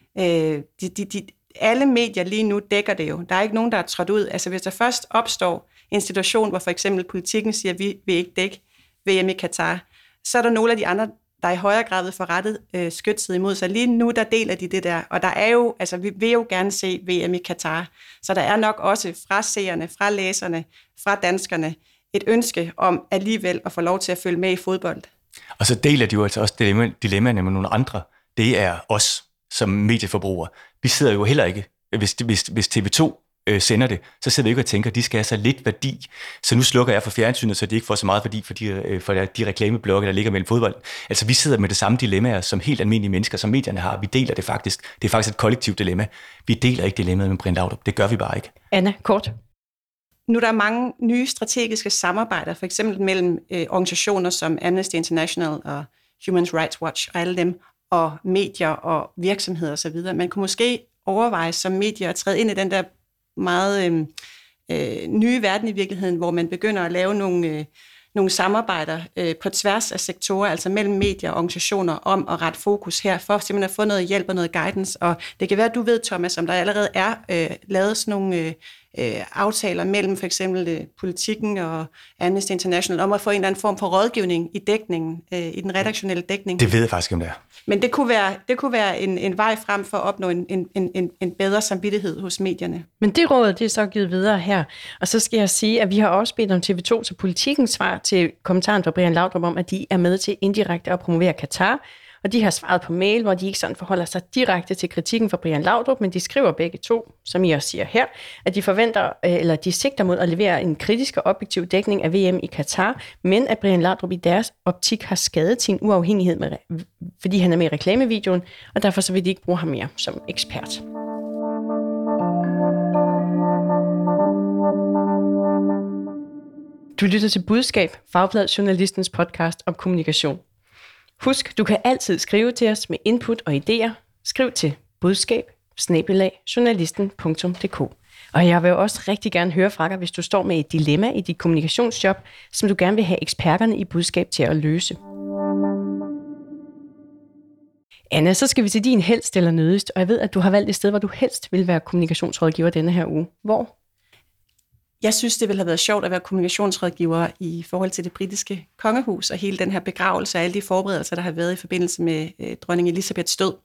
øh, de, de, de, alle medier lige nu dækker det jo. Der er ikke nogen, der er trådt ud. Altså hvis der først opstår en situation, hvor for eksempel Politikken siger, at vi vil ikke dække V M i Katar, så er der nogle af de andre, der i højere grad vil få rettet øh, skytset imod sig. Lige nu, der deler de det der, og der er jo, altså vi vil jo gerne se V M i Katar, så der er nok også fra seerne, fra læserne, fra danskerne, et ønske om alligevel at få lov til at følge med i fodbold. Og så deler de jo altså også dilemma, dilemmaerne med nogle andre. Det er os som medieforbrugere. Vi sidder jo heller ikke, hvis, hvis, hvis T V to øh, sender det, så sidder vi ikke og tænker, at de skal have så lidt værdi. Så nu slukker jeg for fjernsynet, så de ikke får så meget værdi for de, øh, for de reklameblokke, der ligger mellem fodbold. Altså vi sidder med det samme dilemmaer, som helt almindelige mennesker, som medierne har. Vi deler det faktisk. Det er faktisk et kollektivt dilemma. Vi deler ikke dilemmaet med Brian Laudrup. Det gør vi bare ikke. Anna, kort. Nu er der mange nye strategiske samarbejder, for eksempel mellem øh, organisationer som Amnesty International og Human Rights Watch og alle dem, og medier og virksomheder osv. Man kunne måske overveje som medier at træde ind i den der meget øh, øh, nye verden i virkeligheden, hvor man begynder at lave nogle, øh, nogle samarbejder øh, på tværs af sektorer, altså mellem medier og organisationer, om at rette fokus her, for simpelthen at få noget hjælp og noget guidance. Og det kan være, at du ved, Thomas, om der allerede er øh, lavet sådan nogle øh, øh, aftaler mellem for eksempel øh, Politikken og Amnesty International, om at få en eller anden form for rådgivning i dækningen, øh, i den redaktionelle dækning. Det ved jeg faktisk, om det er. Men det kunne være, det kunne være en, en vej frem for at opnå en, en, en, en bedre samvittighed hos medierne. Men det råd, det er så givet videre her. Og så skal jeg sige, at vi har også bedt om T V to til Politikens svar til kommentaren fra Brian Laudrup om, at de er med til indirekte at promovere Katar. Og de har svaret på mail, hvor de ikke sådan forholder sig direkte til kritikken fra Brian Laudrup, men de skriver begge to, som I også siger her, at de forventer, eller de sigter mod at levere en kritisk og objektiv dækning af V M i Katar, men at Brian Laudrup i deres optik har skadet sin uafhængighed, med, fordi han er med i reklamevideoen, og derfor så vil de ikke bruge ham mere som ekspert. Du lytter til Budskab, Fagbladet Journalistens podcast om kommunikation. Husk, du kan altid skrive til os med input og idéer. Skriv til budskab bindestreg journalisten punktum d k. Og jeg vil også rigtig gerne høre fra dig, hvis du står med et dilemma i dit kommunikationsjob, som du gerne vil have eksperterne i Budskab til at løse. Anna, så skal vi til din helst eller nødigst, og jeg ved, at du har valgt et sted, hvor du helst vil være kommunikationsrådgiver denne her uge. Hvor? Jeg synes, det ville have været sjovt at være kommunikationsrådgiver i forhold til det britiske kongehus og hele den her begravelse og alle de forberedelser, der har været i forbindelse med øh, dronning Elisabeths død.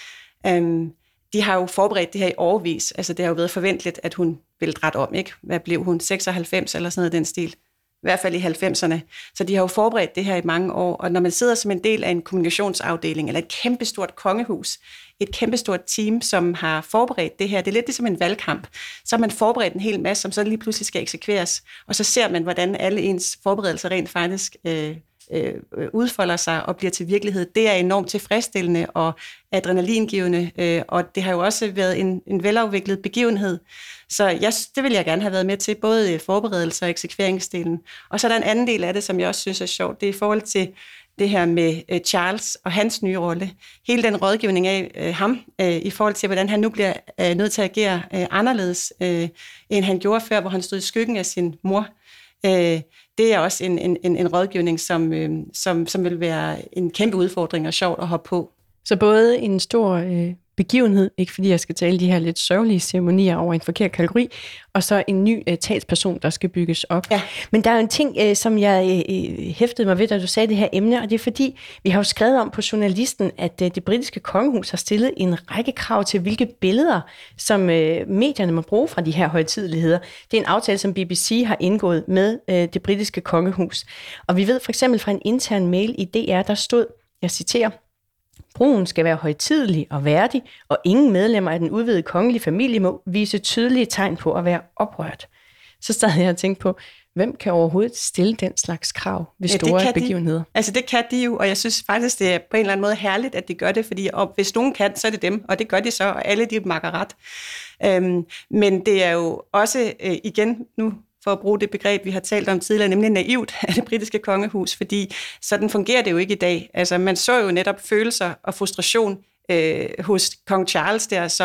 Um, de har jo forberedt det her i årevis. Altså, det har jo været forventeligt, at hun ville drætte om, ikke? Hvad blev hun? seksoghalvfems eller sådan noget den stil? I hvert fald i halvfemserne. Så de har jo forberedt det her i mange år, og når man sidder som en del af en kommunikationsafdeling, eller et kæmpestort kongehus, et kæmpestort team, som har forberedt det her, det er lidt ligesom en valgkamp, så har man forberedt en hel masse, som så lige pludselig skal eksekveres, og så ser man, hvordan alle ens forberedelser rent faktisk øh, øh, udfolder sig og bliver til virkelighed. Det er enormt tilfredsstillende og adrenalingivende, øh, og det har jo også været en, en velafviklet begivenhed. Så jeg, det vil jeg gerne have været med til, både forberedelser og eksekveringsdelen. Og så er der en anden del af det, som jeg også synes er sjovt, det er i forhold til det her med øh, Charles og hans nye rolle. Hele den rådgivning af øh, ham, øh, i forhold til, hvordan han nu bliver øh, nødt til at agere øh, anderledes, øh, end han gjorde før, hvor han stod i skyggen af sin mor. Øh, det er også en, en, en, en rådgivning, som, øh, som, som vil være en kæmpe udfordring og sjovt at hoppe på. Så både en stor øh, begivenhed, ikke fordi jeg skal tale de her lidt sørgelige ceremonier over en forkert kategori, og så en ny øh, talsperson, der skal bygges op. Ja. Men der er en ting, øh, som jeg øh, hæftede mig ved, da du sagde det her emne, og det er fordi, vi har jo skrevet om på Journalisten, at øh, det britiske kongehus har stillet en række krav til, hvilke billeder, som øh, medierne må bruge fra de her højtideligheder. Det er en aftale, som B B C har indgået med øh, det britiske kongehus. Og vi ved for eksempel fra en intern mail i D R, der stod, jeg citerer, brugen skal være højtidelig og værdig, og ingen medlemmer af den udvidede kongelige familie må vise tydelige tegn på at være oprørt. Så sad jeg og tænkte på, hvem kan overhovedet stille den slags krav ved ja, store begivenheder? De. Altså det kan de jo, og jeg synes faktisk, det er på en eller anden måde herligt, at de gør det, fordi og hvis nogen kan, så er det dem, og det gør de så, og alle de makker ret. Øhm, men det er jo også, øh, igen nu, for at bruge det begreb, vi har talt om tidligere, nemlig naivt af det britiske kongehus, fordi sådan fungerer det jo ikke i dag. Altså man så jo netop følelser og frustration øh, hos kong Charles der, som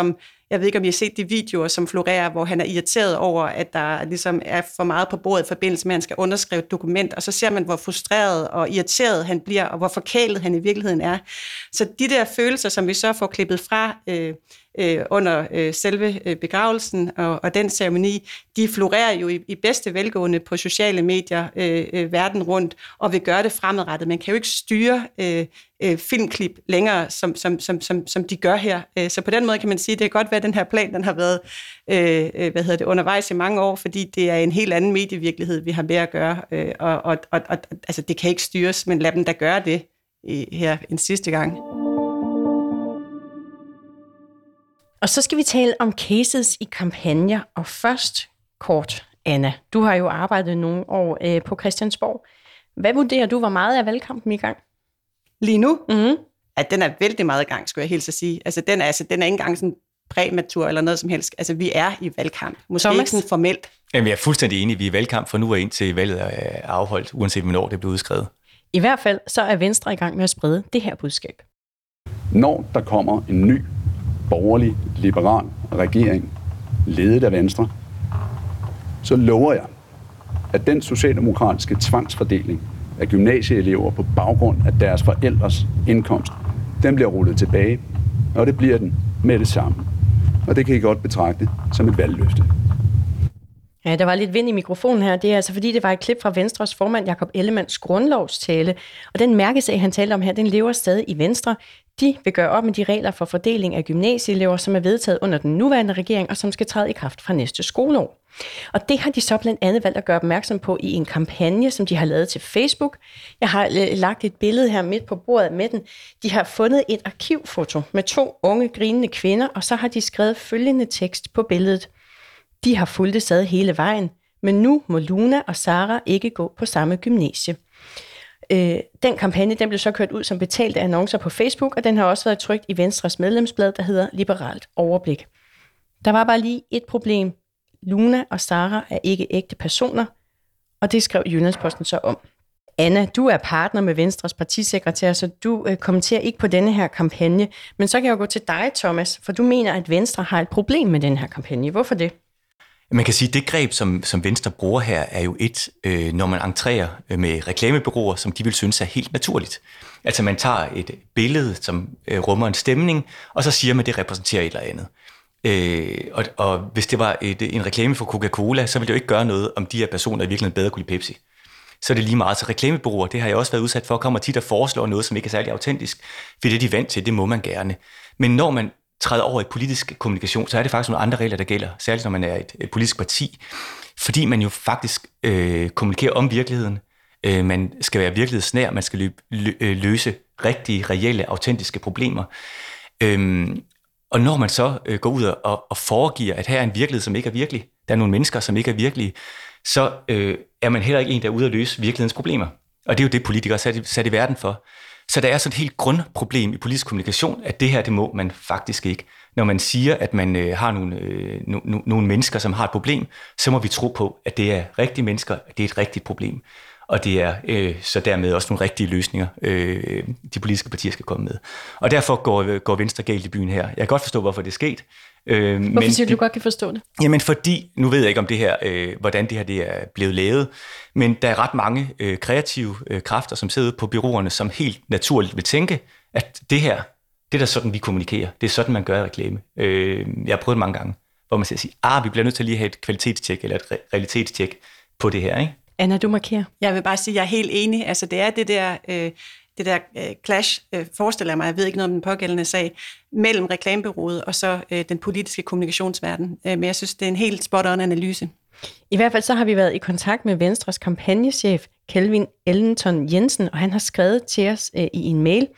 Jeg ved ikke, om I har set de videoer, som florerer, hvor han er irriteret over, at der ligesom er for meget på bordet i forbindelse med, at han skal underskrive et dokument, og så ser man, hvor frustreret og irriteret han bliver, og hvor forkælet han i virkeligheden er. Så de der følelser, som vi så får klippet fra øh, øh, under øh, selve øh, begravelsen og, og den ceremoni, de florerer jo i, i bedste velgående på sociale medier øh, øh, verden rundt, og vil gøre det fremadrettet. Man kan jo ikke styre øh, øh, filmklip længere, som, som, som, som, som de gør her. Øh, så på den måde kan man sige, at det kan godt være, at den her plan den har været øh, hvad hedder det, undervejs i mange år, fordi det er en helt anden medievirkelighed, vi har med at gøre, øh, og, og, og, og altså, det kan ikke styres, men lad dem da gøre det i, her en sidste gang. Og så skal vi tale om cases i kampagner, og først kort, Anna. Du har jo arbejdet nogle år øh, på Christiansborg. Hvad vurderer du, hvor meget er valgkampen i gang? Lige nu? Mm-hmm. At den er vældig meget i gang, skulle jeg helt så sige. Altså, den er, altså, den er ikke engang sådan præmatur eller noget som helst. Altså, vi er i valgkamp. Måske Thomas? Ikke sådan formelt. Jamen, jeg er fuldstændig enig. Vi er i valgkamp fra nu og ind til valget er afholdt, uanset hvornår det bliver udskrevet. I hvert fald så er Venstre i gang med at sprede det her budskab. Når der kommer en ny borgerlig, liberal regering, ledet af Venstre, så lover jeg, at den socialdemokratiske tvangsfordeling af gymnasieelever på baggrund af deres forældres indkomst, den bliver rullet tilbage, og det bliver den med det samme. Og det kan I godt betragte som et valgløfte. Ja, der var lidt vind i mikrofonen her. Det er altså fordi, det var et klip fra Venstres formand Jakob Ellemanns grundlovstale. Og den mærkesag, han talte om her, den lever stadig i Venstre. De vil gøre op med de regler for fordeling af gymnasieelever, som er vedtaget under den nuværende regering, og som skal træde i kraft fra næste skoleår. Og det har de så blandt andet valgt at gøre opmærksom på i en kampagne, som de har lavet til Facebook. Jeg har lagt et billede her midt på bordet med den. De har fundet et arkivfoto med to unge grinende kvinder, og så har de skrevet følgende tekst på billedet. De har fulgtes ad hele vejen, men nu må Luna og Sara ikke gå på samme gymnasie. Øh, den kampagne den blev så kørt ud som betalte annoncer på Facebook, og den har også været trykt i Venstres medlemsblad, der hedder Liberalt Overblik. Der var bare lige et problem. Luna og Sara er ikke ægte personer, og det skrev Jyllandsposten så om. Anna, du er partner med Venstres partisekretær, så du øh, kommenterer ikke på denne her kampagne. Men så kan jeg jo gå til dig, Thomas, for du mener, at Venstre har et problem med den her kampagne. Hvorfor det? Man kan sige, at det greb, som, som Venstre bruger her, er jo et, øh, når man entrerer med reklamebureauer, som de vil synes er helt naturligt. Altså man tager et billede, som øh, rummer en stemning, og så siger man, at det repræsenterer et eller andet. Øh, og, og hvis det var et, en reklame for Coca-Cola, så ville det jo ikke gøre noget, om de her personer i virkeligheden bedre kunne lide Pepsi. Så er det lige meget. Så reklamebureauer, det har jeg også været udsat for, kommer tit og foreslår noget, som ikke er særlig autentisk. For det er de vant til, det må man gerne. Men når man træder over i politisk kommunikation, så er det faktisk nogle andre regler, der gælder, særligt når man er et, et politisk parti, fordi man jo faktisk øh, kommunikerer om virkeligheden. Øh, man skal være virkelighedsnær, man skal løbe, lø, løse rigtige, reelle, autentiske problemer. Øh, og når man så øh, går ud og, og foregiver, at her er en virkelighed, som ikke er virkelig, der er nogle mennesker, som ikke er virkelige, så øh, er man heller ikke en, der er ude at løse virkelighedens problemer. Og det er jo det, politikere er sat, sat i verden for. Så der er sådan et helt grundproblem i politisk kommunikation, at det her, det må man faktisk ikke. Når man siger, at man øh, har nogle, øh, no, no, nogle mennesker, som har et problem, så må vi tro på, at det er rigtige mennesker, at det er et rigtigt problem. Og det er øh, så dermed også nogle rigtige løsninger, øh, de politiske partier skal komme med. Og derfor går, går Venstre galt i byen her. Jeg kan godt forstå, hvorfor det er sket. Øh, Hvorfor men siger du, du godt kan forstå det? Jamen fordi, nu ved jeg ikke om det her, øh, hvordan det her det er blevet lavet, men der er ret mange øh, kreative øh, kræfter, som sidder på bureauerne, som helt naturligt vil tænke, at det her, det er da sådan, vi kommunikerer. Det er sådan, man gør i reklame. Øh, jeg har prøvet det mange gange, hvor man siger, ah, vi bliver nødt til at lige have et kvalitetstjek eller et re- realitetstjek på det her, ikke? Anna, du markerer. Jeg vil bare sige, at jeg er helt enig. Altså, det er det der, øh, det der øh, clash, øh, forestiller mig, jeg ved ikke noget om den pågældende sag, mellem reklamebureauet og så øh, den politiske kommunikationsverden. Øh, men jeg synes, det er en helt spot-on analyse. I hvert fald så har vi været i kontakt med Venstres kampagnechef, Kelvin Ellenton Jensen, og han har skrevet til os øh, i en mail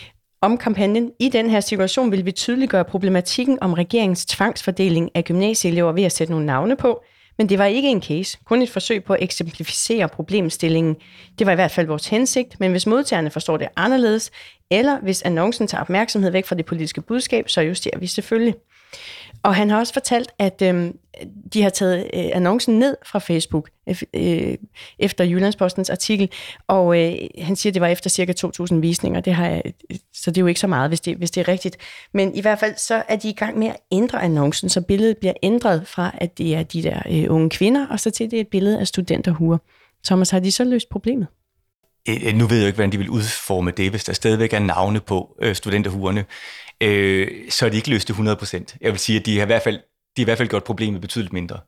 om kampagnen. I den her situation vil vi tydeliggøre problematikken om regeringens tvangsfordeling af gymnasieelever ved at sætte nogle navne på. Men det var ikke en case, kun et forsøg på at eksemplificere problemstillingen. Det var i hvert fald vores hensigt, men hvis modtagerne forstår det anderledes, eller hvis annoncen tager opmærksomhed væk fra det politiske budskab, så justerer vi selvfølgelig. Og han har også fortalt, at øh, de har taget øh, annoncen ned fra Facebook, øh, efter Jyllandspostens artikel, og øh, han siger, at det var efter cirka to tusind visninger. Det har jeg, så det er jo ikke så meget, hvis det, hvis det er rigtigt. Men i hvert fald så er de i gang med at ændre annoncen, så billedet bliver ændret fra, at det er de der øh, unge kvinder, og så til det er et billede af studenterhuer. Thomas, har de så løst problemet? Øh, nu ved jeg jo ikke, hvordan de vil udforme det, hvis der stadigvæk er navne på øh, studenterhuerne. Øh, så er de ikke løst det hundrede procent. Jeg vil sige, at de har i hvert fald, de har i hvert fald gjort problemet betydeligt mindre.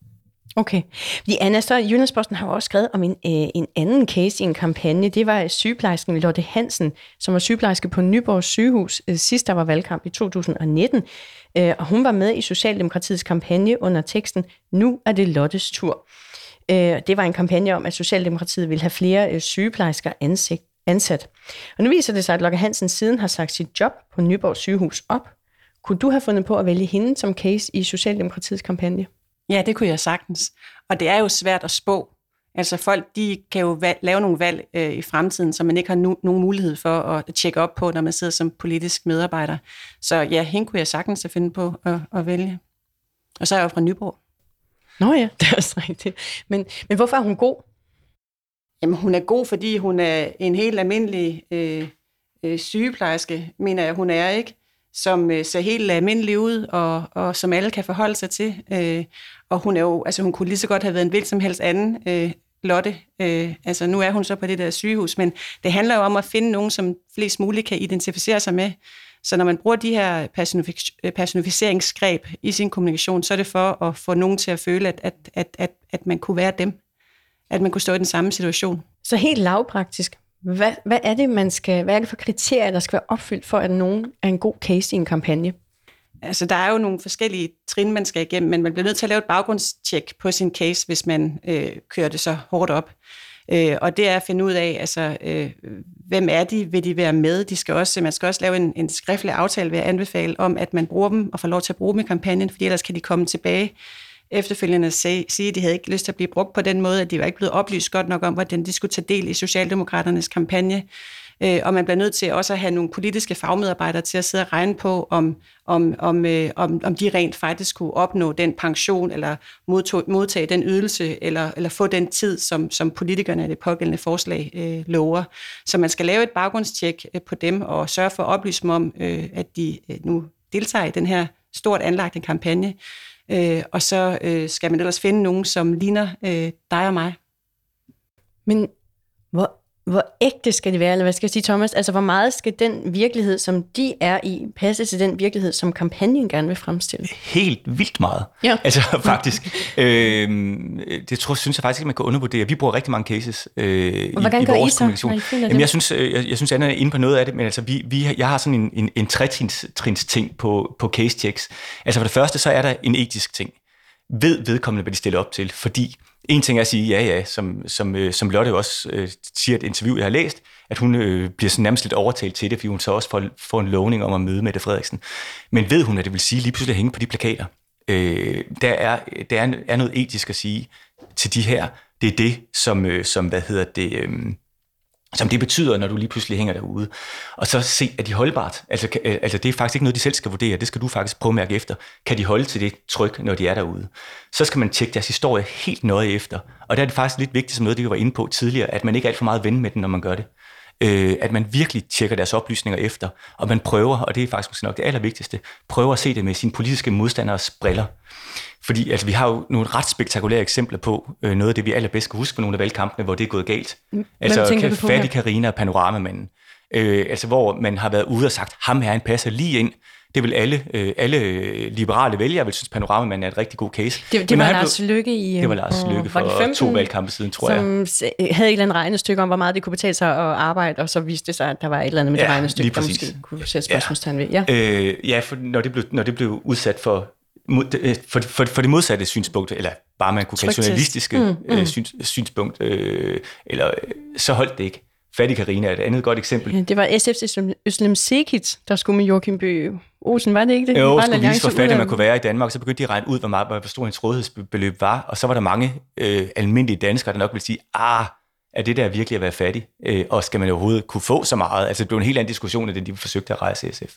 Okay. Fordi Anna, så Jyllandsposten har jo også skrevet om en, øh, en anden case i en kampagne. Det var sygeplejersken Lotte Hansen, som var sygeplejerske på Nyborg sygehus øh, sidst der var valgkamp i to tusind nitten. Øh, og hun var med i Socialdemokratiets kampagne under teksten "Nu er det Lottes tur". Øh, det var en kampagne om, at Socialdemokratiet ville have flere øh, sygeplejersker ansigt, ansat. Og nu viser det sig, at Lotte Hansen siden har sagt sit job på Nyborg sygehus op. Kunne du have fundet på at vælge hende som case i Socialdemokratiets kampagne? Ja, det kunne jeg sagtens. Og det er jo svært at spå. Altså folk, de kan jo valg, lave nogle valg øh, i fremtiden, som man ikke har nu, nogen mulighed for at tjekke op på, når man sidder som politisk medarbejder. Så ja, hende kunne jeg sagtens at finde på at, at vælge. Og så er jeg jo fra Nyborg. Nå ja, det er også rigtigt. Men, men hvorfor er hun god? Jamen, hun er god, fordi hun er en helt almindelig øh, øh, sygeplejerske, mener jeg, hun er, ikke? Som øh, ser helt almindelig ud, og, og som alle kan forholde sig til. Øh, og hun er jo, altså hun kunne lige så godt have været en hvilken som helst anden øh, Lotte. Øh, altså nu er hun så på det der sygehus, men det handler jo om at finde nogen, som flest muligt kan identificere sig med. Så når man bruger de her personific- personificeringsgreb i sin kommunikation, så er det for at få nogen til at føle, at, at, at, at, at man kunne være dem. At man kunne stå i den samme situation. Så helt lavpraktisk. Hvad, hvad er det, man skal, hvad er det for kriterier, der skal være opfyldt for, at nogen er en god case i en kampagne? Altså, der er jo nogle forskellige trin, man skal igennem, men man bliver nødt til at lave et baggrundstjek på sin case, hvis man øh, kører det så hårdt op. Øh, og det er at finde ud af, altså, øh, hvem er de, vil de være med? De skal også, man skal også lave en, en skriftlig aftale ved at anbefale om, at man bruger dem og får lov til at bruge dem i kampagnen, fordi ellers kan de komme tilbage efterfølgende sige, at de havde ikke lyst til at blive brugt på den måde, at de var ikke blevet oplyst godt nok om, hvordan de skulle tage del i Socialdemokraternes kampagne. Og man bliver nødt til også at have nogle politiske fagmedarbejdere til at sidde og regne på, om, om, om, om, om de rent faktisk kunne opnå den pension, eller modtage, modtage den ydelse, eller, eller få den tid, som, som politikerne af det pågældende forslag øh, lover. Så man skal lave et baggrundstjek på dem, og sørge for at oplyse dem om, øh, at de øh, nu deltager i den her stort anlagte kampagne. Øh, og så øh, skal man ellers finde nogen, som ligner øh, dig og mig. Men hvor, hvor ægte skal det være, eller hvad skal jeg sige, Thomas? Altså, hvor meget skal den virkelighed, som de er i, passe til den virkelighed, som kampagnen gerne vil fremstille? Helt vildt meget. Ja. Altså, faktisk. øh, det tror, synes jeg faktisk ikke, man kan undervurdere. Vi bruger rigtig mange cases øh, i, i vores I kommunikation. Så, Jamen, jeg synes, jeg, jeg synes, Anna er inde på noget af det, men altså, vi, vi, jeg har sådan en, en, en tretrins ting på, på case-checks. Altså, for det første, så er der en etisk ting. Ved vedkommende, hvad de stiller op til, fordi en ting er at sige, ja, ja, som, som, øh, som Lotte også øh, siger i et interview, jeg har læst, at hun øh, bliver sådan nærmest lidt overtalt til det, fordi hun så også får, får en lovning om at møde Mette Frederiksen. Men ved hun, at det vil sige lige pludselig at hænge på de plakater? Øh, der er, der er, er noget etisk at sige til de her. Det er det, som, øh, som hvad hedder det... Øh, som det betyder, når du lige pludselig hænger derude. Og så se, at de holdbart. Altså, altså det er faktisk ikke noget, de selv skal vurdere. Det skal du faktisk prøve at mærke efter. Kan de holde til det tryk, når de er derude? Så skal man tjekke deres historie helt nøje efter. Og der er det faktisk lidt vigtigt, som noget, det vi var inde på tidligere, at man ikke er alt for meget ven med den, når man gør det. Øh, at man virkelig tjekker deres oplysninger efter. Og man prøver, og det er faktisk nok det allervigtigste, prøver at se det med sine politiske modstanders briller. Fordi altså, vi har jo nogle ret spektakulære eksempler på øh, noget af det, vi allerbedst kan huske på nogle af valgkampene, hvor det er gået galt. Hvem altså Fattig Carina og Panoramamanden. Øh, altså hvor man har været ude og sagt, ham her han passer lige ind. Det vil alle, øh, alle liberale vælgere vil synes, Panoramamanden er et rigtig god case. Det, det var Lars Løkke i... Det var Lars Løkke for femten, to valgkampe siden, tror jeg. Som havde et eller andet regnestykke om, hvor meget det kunne betale sig at arbejde, og så viste det sig, at der var et eller andet med ja, det regnestykke, der måske kunne sætte spørgsmålstegn ved. Ja, øh, ja for når det, blev, når det blev udsat for... For, for, for det modsatte synspunkt, eller bare man kunne kalde journalistiske mm, mm. syns, synspunkt, øh, eller så holdt det ikke. Fattig Carina er et andet godt eksempel. Ja, det var S F's Özlem Cekic, der skulle med Joachim B. Olsen, var det ikke det? Jo, skulle vise, hvor fattig man kunne være i Danmark, så begyndte de at regne ud, hvor, meget, hvor stor ens rådighedsbeløb var, og så var der mange øh, almindelige danskere, der nok ville sige, ah, er det der virkelig at være fattig? Øh, og skal man overhovedet kunne få så meget? Altså det blev en helt anden diskussion, end den de forsøgte at rejse S F.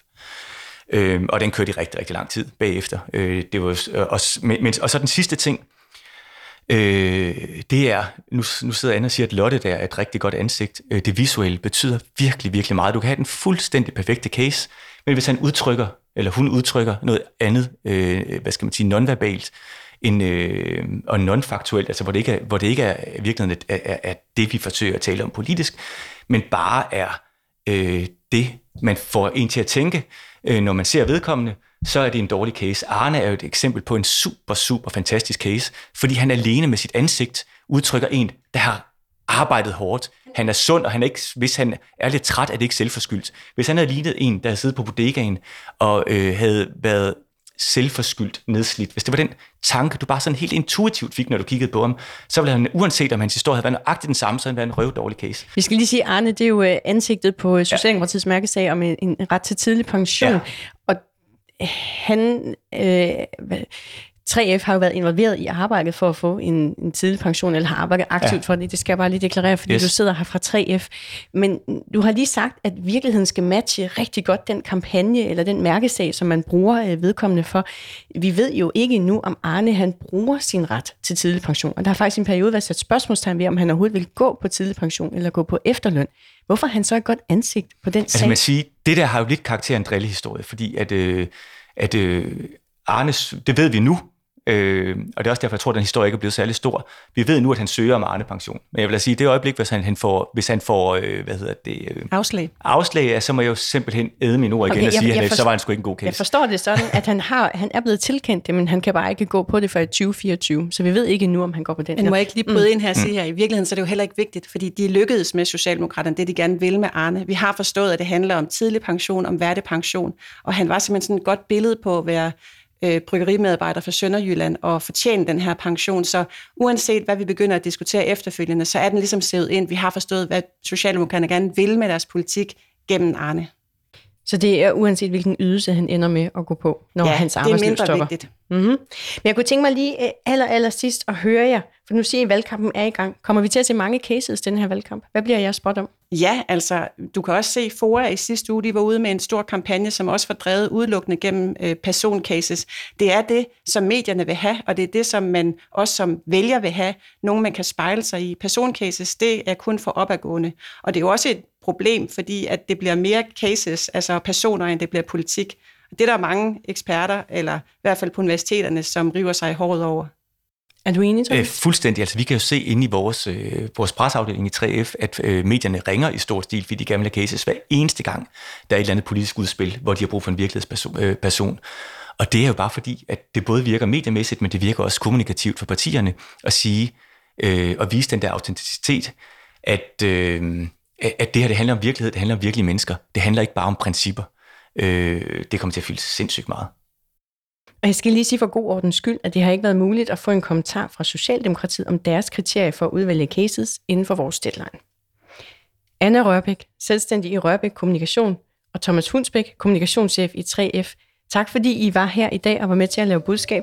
Øh, og den kørte i rigtig, rigtig lang tid bagefter. Øh, det var også, men, men, og så den sidste ting, Øh, det er, nu, nu sidder Anna og siger, at Lotte der er et rigtig godt ansigt. Øh, det visuelle betyder virkelig, virkelig meget. Du kan have den fuldstændig perfekte case, men hvis han udtrykker, eller hun udtrykker noget andet, øh, hvad skal man sige, nonverbalt, en, øh, og non-faktuelt, altså hvor det ikke er, hvor det ikke er virkeligheden er, er, er det, vi forsøger at tale om politisk, men bare er øh, det, man får en til at tænke, øh, når man ser vedkommende, så er det en dårlig case. Arne er jo et eksempel på en super, super fantastisk case, fordi han alene med sit ansigt udtrykker en, der har arbejdet hårdt. Han er sund, og han er ikke, hvis han er lidt træt, er det ikke selvforskyldt. Hvis han havde lignet en, der havde siddet på bodegaen og øh, havde været selvforskyldt nedslidt, hvis det var den tanke, du bare sådan helt intuitivt fik, når du kiggede på ham, så ville han, uanset om hans historie havde været nøjagtigt den samme, så havde han været en røvdårlig case. Vi skal lige sige, Arne, det er jo ansigtet på Socialdemokratiets ja. mærkesag om en, en ret til tidlig pension, ja. og han... Øh, tre F har jo været involveret i arbejdet for at få en, en tidlig pension, eller har arbejdet aktivt ja. for det. Det skal jeg bare lige deklarere, fordi yes. du sidder her fra tre F. Men du har lige sagt, at virkeligheden skal matche rigtig godt den kampagne, eller den mærkesag, som man bruger vedkommende for. Vi ved jo ikke endnu, om Arne han bruger sin ret til tidlig pension. Og der har faktisk en periode været sat spørgsmålstegn ved, om han overhovedet vil gå på tidlig pension, eller gå på efterløn. Hvorfor har han så et godt ansigt på den altså, sag? Man siger, det der har jo lidt karakter af en drillehistorie, fordi at, øh, at øh, Arnes, det ved vi nu, Øh, og det er også derfor, jeg tror, at den historie ikke er blevet særlig stor. Vi ved nu, at han søger om Arne-pension. Men jeg vil da sige, det øjeblik, hvis han, han får, hvis han får øh, hvad hedder det? Øh, afslag. Afslag, så må jeg jo simpelthen æde mine ord igen okay, og sige, at så var han sgu ikke en god case. Jeg forstår det sådan, at han, har, han er blevet tilkendt det, men han kan bare ikke gå på det før i tyve fireogtyve. Så vi ved ikke nu, om han går på den. Men må jeg ikke lige bryde mm. ind her og sige her, i virkeligheden så er det jo heller ikke vigtigt, fordi de lykkedes med Socialdemokraterne, det de gerne vil med Arne. Vi har forstået, at det handler om tidlig pension, om værdepension, og han var simpelthen sådan et godt billede på at være Øh, bryggerimedarbejder fra Sønderjylland og fortjene den her pension. Så uanset hvad vi begynder at diskutere efterfølgende, så er den ligesom sævet ind. Vi har forstået, hvad Socialdemokraterne gerne vil med deres politik gennem Arne. Så det er uanset hvilken ydelse han ender med at gå på, når ja, hans arbejdsliv stopper. Ja, det er mindre vigtigt. Mm-hmm. Men jeg kunne tænke mig lige aller, aller sidst at høre jer, for nu siger I, at valgkampen er i gang. Kommer vi til at se mange cases den her valgkamp? Hvad bliver jeg spot om? Ja, altså, du kan også se, Fora i sidste uge, de var ude med en stor kampagne, som også var drevet udelukkende gennem øh, personcases. Det er det, som medierne vil have, og det er det, som man også som vælger vil have. Nogen, man kan spejle sig i. Personcases, det er kun for opadgående. Og det er jo også et problem, fordi at det bliver mere cases, altså personer, end det bliver politik. Det er der mange eksperter, eller i hvert fald på universiteterne, som river sig i håret over. Er du enig, Thomas? Øh, fuldstændig. Altså, vi kan jo se inde i vores, øh, vores presseafdeling i tre F, at øh, medierne ringer i stor stil, fordi de gerne vil have cases hver eneste gang, der er et eller andet politisk udspil, hvor de har brug for en virkelighedsperson. Øh, person. Og det er jo bare fordi, at det både virker mediemæssigt, men det virker også kommunikativt for partierne at sige øh, og vise den der autenticitet, at, øh, at det her det handler om virkelighed, det handler om virkelige mennesker. Det handler ikke bare om principper. Øh, det kommer til at fylde sindssygt meget. Og jeg skal lige sige for god ordens skyld, at det har ikke været muligt at få en kommentar fra Socialdemokratiet om deres kriterier for at udvælge cases inden for vores deadline. Anna Rørbæk, selvstændig i Rørbæk Kommunikation, og Thomas Hundsbæk, kommunikationschef i tre F. Tak fordi I var her i dag og var med til at lave budskab.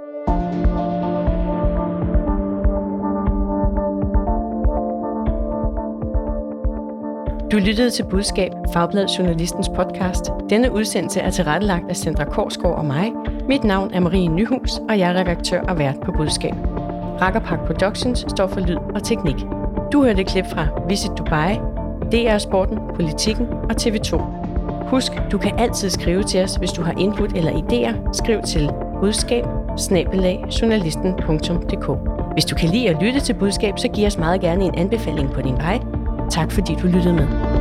Du lyttede til Budskab, Fagbladet Journalistens podcast. Denne udsendelse er tilrettelagt af Sandra Korsgaard og mig. Mit navn er Marie Nyhus, og jeg er redaktør og vært på Budskab. Rakkerpark Productions står for lyd og teknik. Du hørte et klip fra Visit Dubai, D R Sporten, Politikken og T V to. Husk, du kan altid skrive til os, hvis du har input eller idéer. Skriv til budskab bindestreg journalisten punktum d k. Hvis du kan lide at lytte til Budskab, så giv os meget gerne en anbefaling på din vej. Tak fordi du lyttede med.